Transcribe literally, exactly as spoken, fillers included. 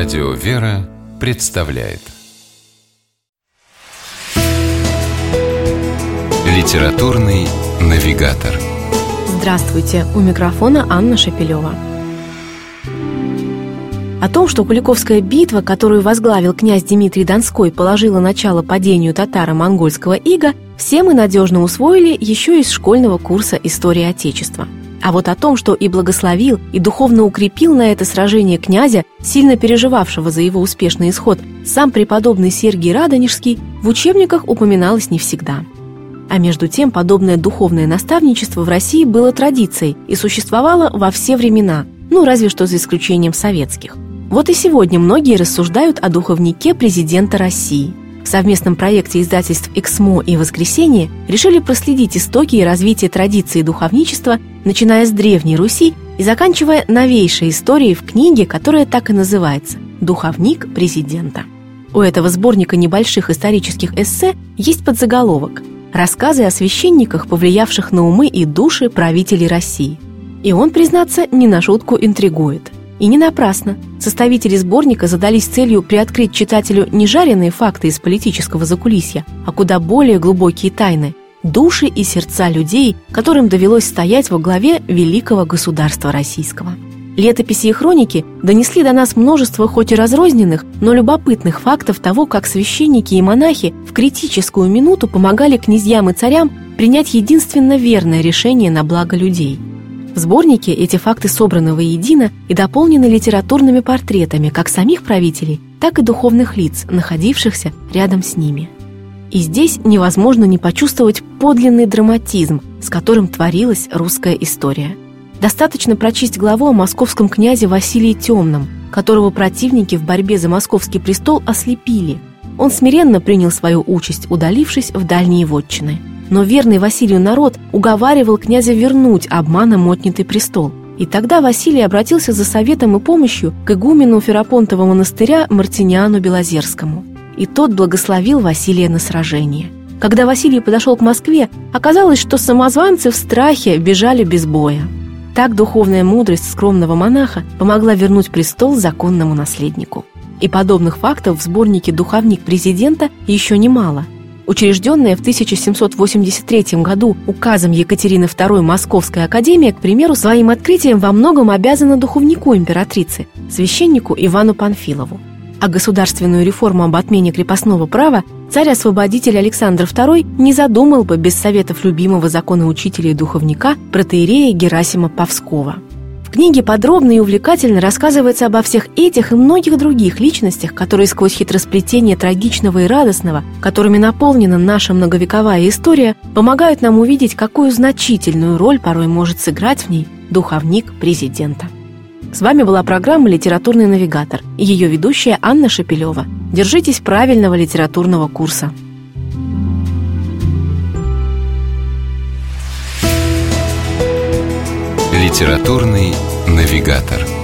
Радио «Вера» представляет Литературный навигатор. Здравствуйте, у микрофона Анна Шапилева. О том, что Куликовская битва, которую возглавил князь Дмитрий Донской, положила начало падению татаро-монгольского ига, все мы надежно усвоили еще из школьного курса истории Отечества. А вот о том, что и благословил, и духовно укрепил на это сражение князя, сильно переживавшего за его успешный исход, сам преподобный Сергий Радонежский, в учебниках упоминалось не всегда. А между тем, подобное духовное наставничество в России было традицией и существовало во все времена, ну разве что за исключением советских. Вот и сегодня многие рассуждают о духовнике президента России. В совместном проекте издательств «Эксмо» и «Воскресенье» решили проследить истоки и развитие традиции духовничества, начиная с Древней Руси и заканчивая новейшей историей в книге, которая так и называется «Духовник президента». У этого сборника небольших исторических эссе есть подзаголовок «Рассказы о священниках, повлиявших на умы и души правителей России». И он, признаться, не на шутку интригует. И не напрасно. Составители сборника задались целью приоткрыть читателю не жареные факты из политического закулисья, а куда более глубокие тайны – души и сердца людей, которым довелось стоять во главе великого государства российского. Летописи и хроники донесли до нас множество хоть и разрозненных, но любопытных фактов того, как священники и монахи в критическую минуту помогали князьям и царям принять единственно верное решение на благо людей. В сборнике эти факты собраны воедино и дополнены литературными портретами как самих правителей, так и духовных лиц, находившихся рядом с ними. И здесь невозможно не почувствовать подлинный драматизм, с которым творилась русская история. Достаточно прочесть главу о московском князе Василии Темном, которого противники в борьбе за московский престол ослепили. Он смиренно принял свою участь, удалившись в дальние вотчины. Но верный Василию народ уговаривал князя вернуть обманом отнятый престол. И тогда Василий обратился за советом и помощью к игумену Ферапонтова монастыря Мартиниану Белозерскому. И тот благословил Василия на сражение. Когда Василий подошел к Москве, оказалось, что самозванцы в страхе бежали без боя. Так духовная мудрость скромного монаха помогла вернуть престол законному наследнику. И подобных фактов в сборнике «Духовник президента» еще немало. Учрежденная в тысяча семьсот восемьдесят третьем году указом Екатерины второй Московская академия, к примеру, своим открытием во многом обязана духовнику императрицы, священнику Ивану Панфилову. А государственную реформу об отмене крепостного права царь-освободитель Александр второй не задумал бы без советов любимого законоучителя и духовника протоиерея Герасима Павского. В книге подробно и увлекательно рассказывается обо всех этих и многих других личностях, которые сквозь хитросплетение трагичного и радостного, которыми наполнена наша многовековая история, помогают нам увидеть, какую значительную роль порой может сыграть в ней духовник президента. С вами была программа «Литературный навигатор» и ее ведущая Анна Шапилева. Держитесь правильного литературного курса. Литературный навигатор.